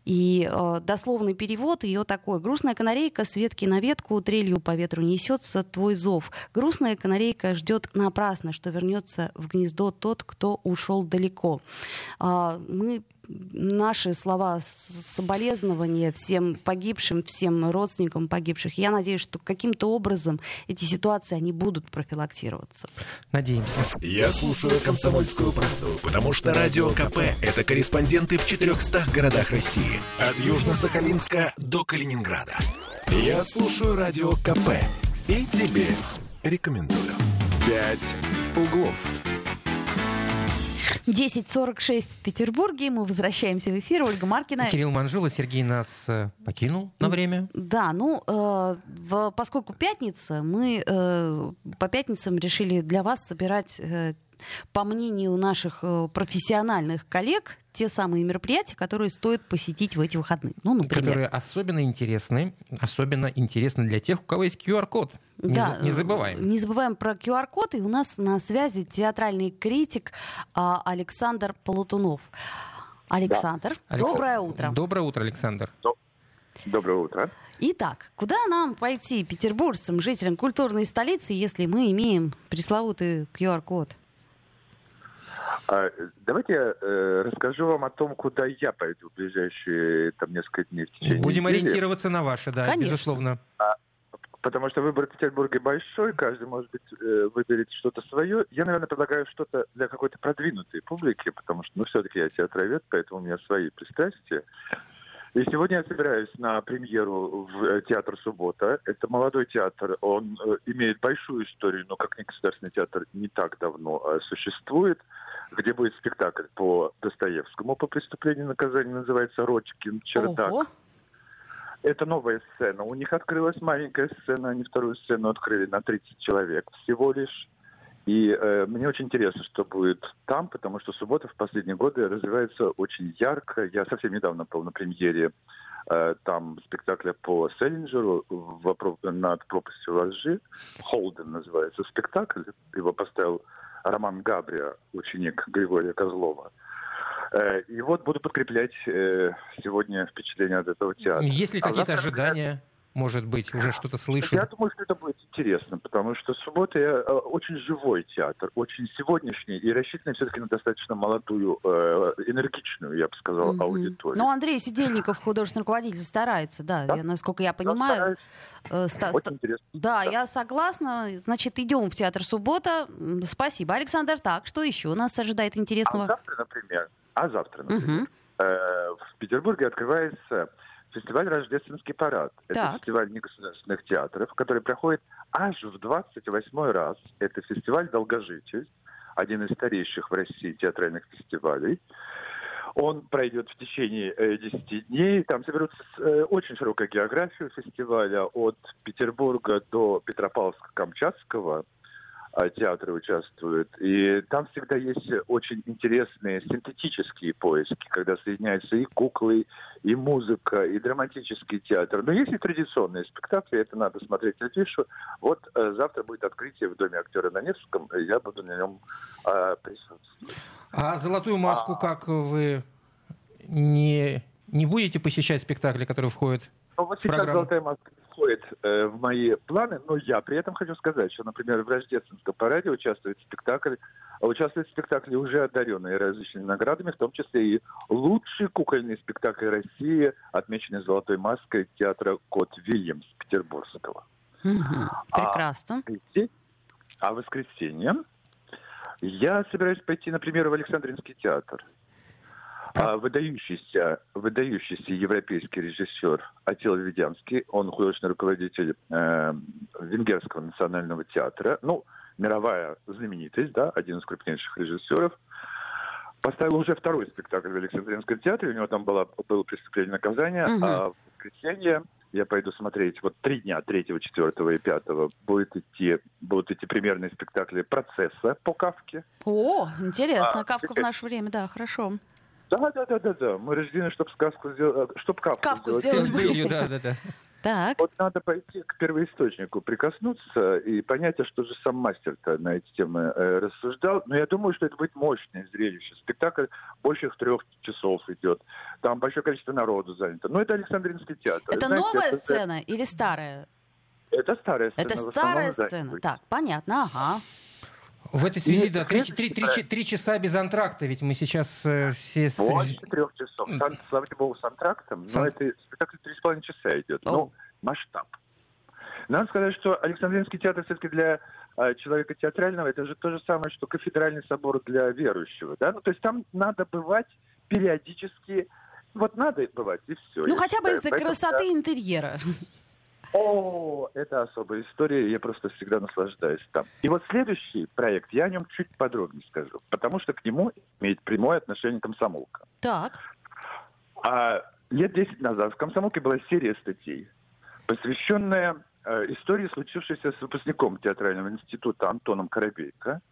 И э, дословный перевод ее такой. «Грустная канарейка с ветки на ветку трелью по ветру несется твой зов. Грустная канарейка ждет напрасно, что вернется в гнездо тот, кто ушел далеко». Э, мы Наши слова соболезнования всем погибшим, всем родственникам погибших. Я надеюсь, что каким-то образом эти ситуации, они будут профилактироваться. Надеемся. Я слушаю «Комсомольскую правду», потому что Радио КП — это корреспонденты в четырехстах городах России. От Южно-Сахалинска до Калининграда. Я слушаю Радио КП и тебе рекомендую. «Пять углов». десять сорок шесть в Петербурге. Мы возвращаемся в эфир. Ольга Маркина. Кирилл Манжула. Сергей нас э, покинул на время. Да, ну, э, в, поскольку пятница, мы э, по пятницам решили для вас собирать, э, по мнению наших э, профессиональных коллег, те самые мероприятия, которые стоит посетить в эти выходные. Ну, например. Которые особенно интересны, особенно интересны для тех, у кого есть ку ар код. Не, да, за, не забываем. Не забываем про ку ар код. И у нас на связи театральный критик а, Александр Полутунов. Александр, да. Доброе Алекс... утро. Доброе утро, Александр. Доброе утро. Итак, куда нам пойти, петербуржцам, жителям культурной столицы, если мы имеем пресловутый ку ар код? Давайте я э, расскажу вам о том, куда я пойду в ближайшие там, несколько дней в течение Будем недели. ориентироваться на ваши, да, Конечно. безусловно. А, потому что выбор в Петербурге большой, каждый, может быть, э, выберет что-то свое. Я, наверное, предлагаю что-то для какой-то продвинутой публики, потому что, ну, все-таки я театровед, поэтому у меня свои пристрастия. И сегодня я собираюсь на премьеру в театр «Суббота». Это молодой театр, он э, имеет большую историю, но как негосударственный театр не так давно э, существует, где будет спектакль по Достоевскому, по «Преступлению и наказанию», называется «Родькин чердак». Ого. Это новая сцена. У них открылась маленькая сцена, они вторую сцену открыли на тридцать человек всего лишь. И э, мне очень интересно, что будет там, потому что суббота в последние годы развивается очень ярко. Я совсем недавно был на премьере э, там спектакля по Селлинджеру в, над пропастью лжи. «Холден» называется спектакль. Его поставил Роман Габрия, ученик Григория Козлова. Э, и вот буду подкреплять э, сегодня впечатления от этого театра. Есть ли какие-то а ожидания? Может быть, уже что-то слышали? Я думаю, что это будет интересно, потому что «Суббота» э, очень живой театр, очень сегодняшний и рассчитанный все-таки на достаточно молодую, э, энергичную, я бы сказал, mm-hmm. аудиторию. Ну, Андрей Сидельников, художественный руководитель, старается, да, да? Я, насколько я понимаю. Да, э, ста- очень ста- интересно. Да, да, я согласна. Значит, идем в театр «Суббота». Спасибо, Александр. Так, что еще нас ожидает интересного? А завтра, например, а завтра, например, mm-hmm. э, в Петербурге открывается фестиваль «Рождественский парад». Так. Это фестиваль негосударственных театров, который проходит аж в двадцать восьмой раз. Это фестиваль «Долгожитель», один из старейших в России театральных фестивалей. Он пройдет в течение э, десяти дней. Там соберутся э, очень широкая география фестиваля от Петербурга до Петропавловска-Камчатского. Театры участвуют. И там всегда есть очень интересные синтетические поиски, когда соединяются и куклы, и музыка, и драматический театр. Но есть и традиционные спектакли, это надо смотреть афишу. Вот э, завтра будет открытие в Доме актера на Невском, и я буду на нем э, присутствовать. А «Золотую маску» а... как вы не, не будете посещать спектакли, которые входят ну, вот в программу? «Золотая маска» входит э, в мои планы, но я при этом хочу сказать, что, например, в «Рождественском параде» участвует спектакль, участвуют в спектакле уже одаренные различными наградами, в том числе и лучший кукольный спектакль России, отмеченный «Золотой маской» театра «Кот Вильямс» петербургского. Mm-hmm. Прекрасно. А, а в воскресенье я собираюсь пойти, например, в Александринский театр. А выдающийся, выдающийся европейский режиссер Аттила Ведянский, он художественный руководитель э, Венгерского национального театра, ну, мировая знаменитость, да, один из крупнейших режиссеров, поставил уже второй спектакль в Александринском театре, у него там было, было «Преступление и наказание», угу. А в воскресенье я пойду смотреть, вот три дня, третьего, четвертого и пятого, будет идти, будут идти примерные спектакли «Процесса» по Кафке. О, интересно, а, Кафка теперь... в наше время, да, хорошо. Да, да, да, да, да. Мы рождены, чтобы сказку сделать, чтобы Кафку, Кафку сделать. сделать былью, да, да, да. Так. Вот надо пойти к первоисточнику, прикоснуться и понять, а что же сам мастер-то на эти темы э, рассуждал. Но я думаю, что это будет мощное зрелище. Спектакль больше трех часов идет. Там большое количество народу занято. Но это Александринский театр. Это знаете, новая это... сцена или старая? Это старая сцена. Это старая сцена. Так, понятно, ага. В этой связи, да, три, три, три, три часа без антракта, ведь мы сейчас э, все... Больше трех часов. Сан, слава богу, с антрактом, Сан... но это спектакль три с половиной часа идет. О. Ну, масштаб. Надо сказать, что Александринский театр все-таки для э, человека театрального, это же то же самое, что кафедральный собор для верующего, да? Ну, то есть там надо бывать периодически, вот надо бывать, и все. Ну, хотя бы из-за красоты да. интерьера. О, это особая история, я просто всегда наслаждаюсь там. И вот следующий проект, я о нем чуть подробнее скажу, потому что к нему имеет прямое отношение комсомолка. Так. А лет десять назад в комсомолке была серия статей, посвященная э, истории, случившейся с выпускником театрального института Антоном Коробейко,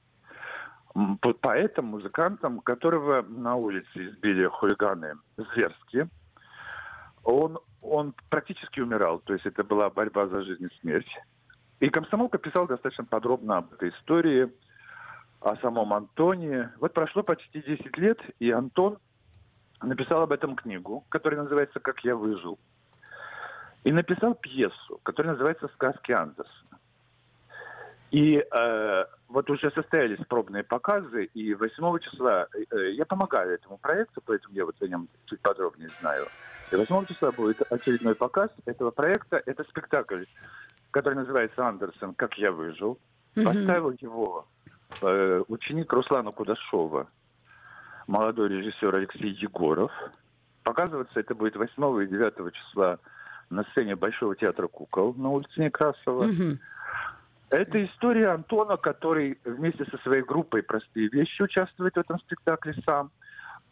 поэтом, музыкантом, которого на улице избили хулиганы зверски. Он, он практически умирал, то есть это была борьба за жизнь и смерть. И комсомолка писал достаточно подробно об этой истории, о самом Антоне. Вот прошло почти десять лет, и Антон написал об этом книгу, которая называется «Как я выжил». И написал пьесу, которая называется «Сказки Андерсена». И э, вот уже состоялись пробные показы, и восьмого числа э, я помогаю этому проекту, поэтому я вот о нем чуть подробнее знаю. И восьмого числа будет очередной показ этого проекта. Это спектакль, который называется «Андерсен. Как я выжил». Mm-hmm. Поставил его э, ученик Руслана Кудашова, молодой режиссер Алексей Егоров. Показываться это будет восьмого и девятого числа на сцене Большого театра кукол на улице Некрасова. Mm-hmm. Это история Антона, который вместе со своей группой «Простые вещи» участвует в этом спектакле сам.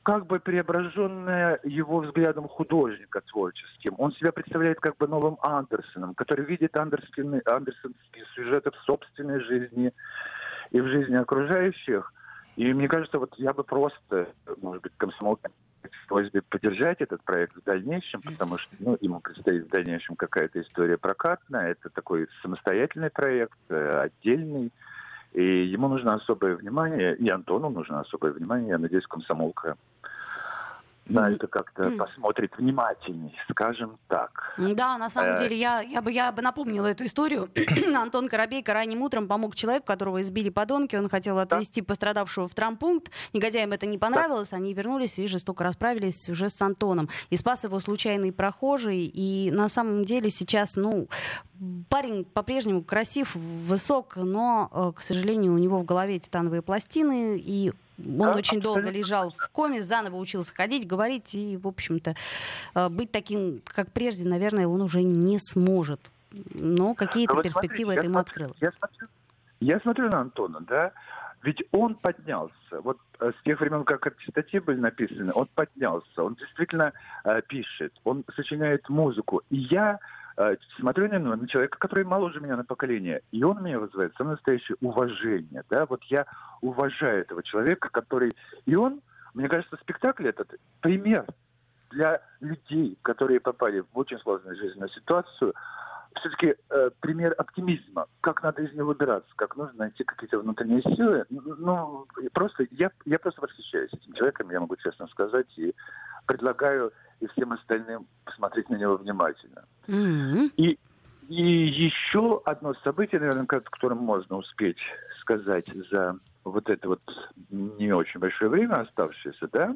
как бы преображенное его взглядом художника творческим. Он себя представляет как бы новым Андерсоном, который видит андерсонские, андерсонские сюжеты в собственной жизни и в жизни окружающих. И мне кажется, вот я бы просто, может быть, комсомолкам хотелось бы поддержать этот проект в дальнейшем, потому что ну, ему предстоит в дальнейшем какая-то история прокатная. Это такой самостоятельный проект, отдельный. И ему нужно особое внимание, и Антону нужно особое внимание. Я надеюсь, комсомолка на это как-то посмотрит внимательней, скажем так. Да, на самом деле, я, я, бы, я бы напомнила эту историю. Антон Коробейко ранним утром помог человеку, которого избили подонки. Он хотел отвезти да. пострадавшего в травмпункт. Негодяям это не понравилось. Да. Они вернулись и жестоко расправились уже с Антоном. И спас его случайный прохожий. И на самом деле сейчас, ну... Парень по-прежнему красив, высок, но, к сожалению, у него в голове титановые пластины, и он да, очень долго лежал в коме, заново учился ходить, говорить, и, в общем-то, быть таким, как прежде, наверное, он уже не сможет. Но какие-то но перспективы смотрите, это ему открыло. Я смотрю, я смотрю на Антона, да, ведь он поднялся. Вот с тех времен, как эти статьи были написаны, он поднялся, он действительно э, пишет, он сочиняет музыку. И я смотрю на, на человека, который моложе меня на поколение, и он меня вызывает самое настоящее уважение. Да? Вот я уважаю этого человека, который... И он, мне кажется, спектакль этот пример для людей, которые попали в очень сложную жизненную ситуацию, все-таки э, пример оптимизма. Как надо из него выбираться, как нужно найти какие-то внутренние силы. Ну, просто, я, я просто восхищаюсь этим человеком, я могу честно сказать, и предлагаю и всем остальным посмотреть на него внимательно. Mm-hmm. И, и еще одно событие, наверное, о котором можно успеть сказать за вот это вот не очень большое время оставшееся, да,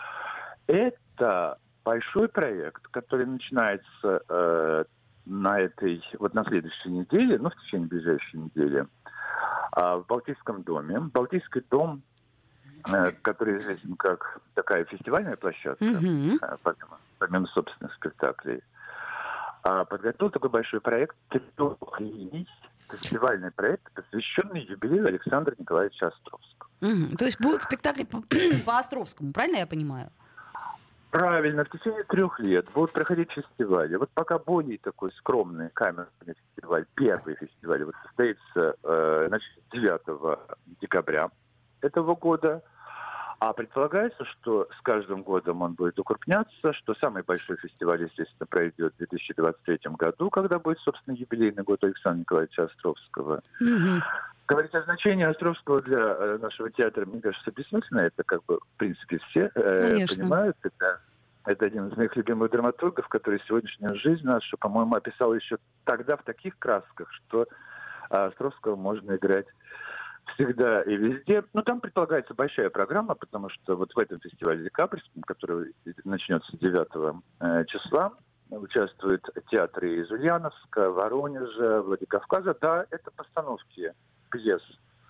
это большой проект, который начинается э, на этой, вот на следующей неделе, ну, в течение ближайшей недели, э, в Балтийском доме. Балтийский дом, который известен как такая фестивальная площадка, mm-hmm. помимо, помимо собственных спектаклей, подготовил такой большой проект трех линий, фестивальный проект, посвященный юбилею Александра Николаевича Островского. Mm-hmm. То есть будут спектакли по, по Островскому, правильно я понимаю? Правильно, в течение трех лет будут проходить фестивали. Вот пока более такой скромный камерный фестиваль, первый фестиваль, вот состоится э, значит, девятого декабря этого года. А предполагается, что с каждым годом он будет укрупняться, что самый большой фестиваль, естественно, пройдет в две тысячи двадцать третьем году, когда будет, собственно, юбилейный год Александра Николаевича Островского. Mm-hmm. Говорить о значении Островского для нашего театра, мне кажется, бессмысленно. Это, как бы, в принципе, все э, понимают. Это, это один из моих любимых драматургов, который сегодняшнюю жизнь нашу, по-моему, описал еще тогда в таких красках, что Островского можно играть всегда и везде. Ну, там предполагается большая программа, потому что вот в этом фестивале декабрьском, который начнется девятого э, числа, участвуют театры из Ульяновска, Воронежа, Владикавказа. Да, это постановки пьес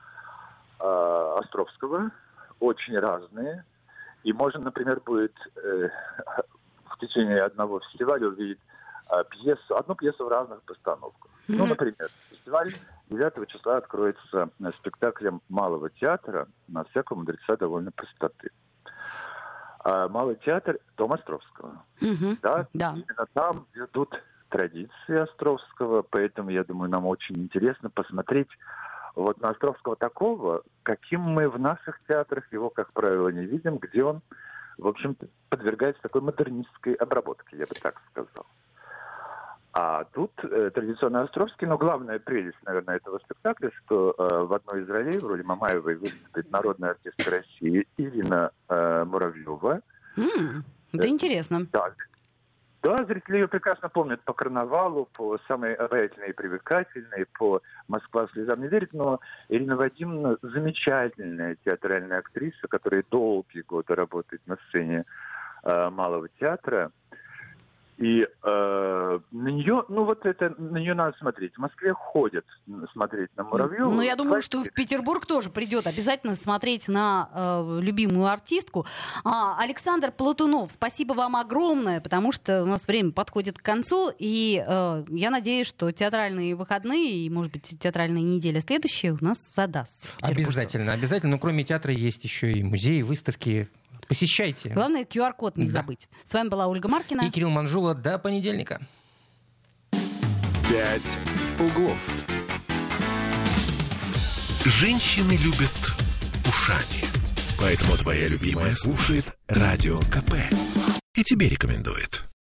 э, Островского, очень разные. И можно, например, будет э, в течение одного фестиваля увидеть э, пьесу, одну пьесу в разных постановках. Mm-hmm. Ну, например, фестиваль девятого числа откроется спектаклем Малого театра «На всякого мудреца довольно простоты». А Малый театр — Дом Островского. Mm-hmm. Да? Да. Именно там ведут традиции Островского, поэтому, я думаю, нам очень интересно посмотреть вот на Островского такого, каким мы в наших театрах его, как правило, не видим, где он, в общем-то, подвергается такой модернистской обработке, я бы так сказал. А тут э, традиционно Островский, но главная прелесть, наверное, этого спектакля, что э, в одной из ролей, в роли Мамаевой, выступит народная артистка России Ирина э, Муравьева. Mm, это э, интересно. Да, да, зрители ее прекрасно помнят по «Карнавалу», по «Самой обаятельной и привлекательной», по «Москва слезам не верит», но Ирина Вадимовна замечательная театральная актриса, которая долгие годы работает на сцене э, Малого театра. И э, на нее, ну вот это, на нее надо смотреть. В Москве ходят смотреть на Муравьеву. Ну, я думаю, что в Петербург тоже придет обязательно смотреть на э, любимую артистку. А, Александр Платунов, спасибо вам огромное, потому что у нас время подходит к концу, и э, я надеюсь, что театральные выходные и, может быть, театральная неделя следующая у нас задастся. Обязательно, обязательно. Но кроме театра есть еще и музеи, выставки. Посещайте. Главное, ку ар код не да. забыть. С вами была Ольга Маркина. И Кирилл Манжула. До понедельника. «Пять углов». Женщины любят ушами. Поэтому твоя любимая слушает Радио КП. И тебе рекомендует.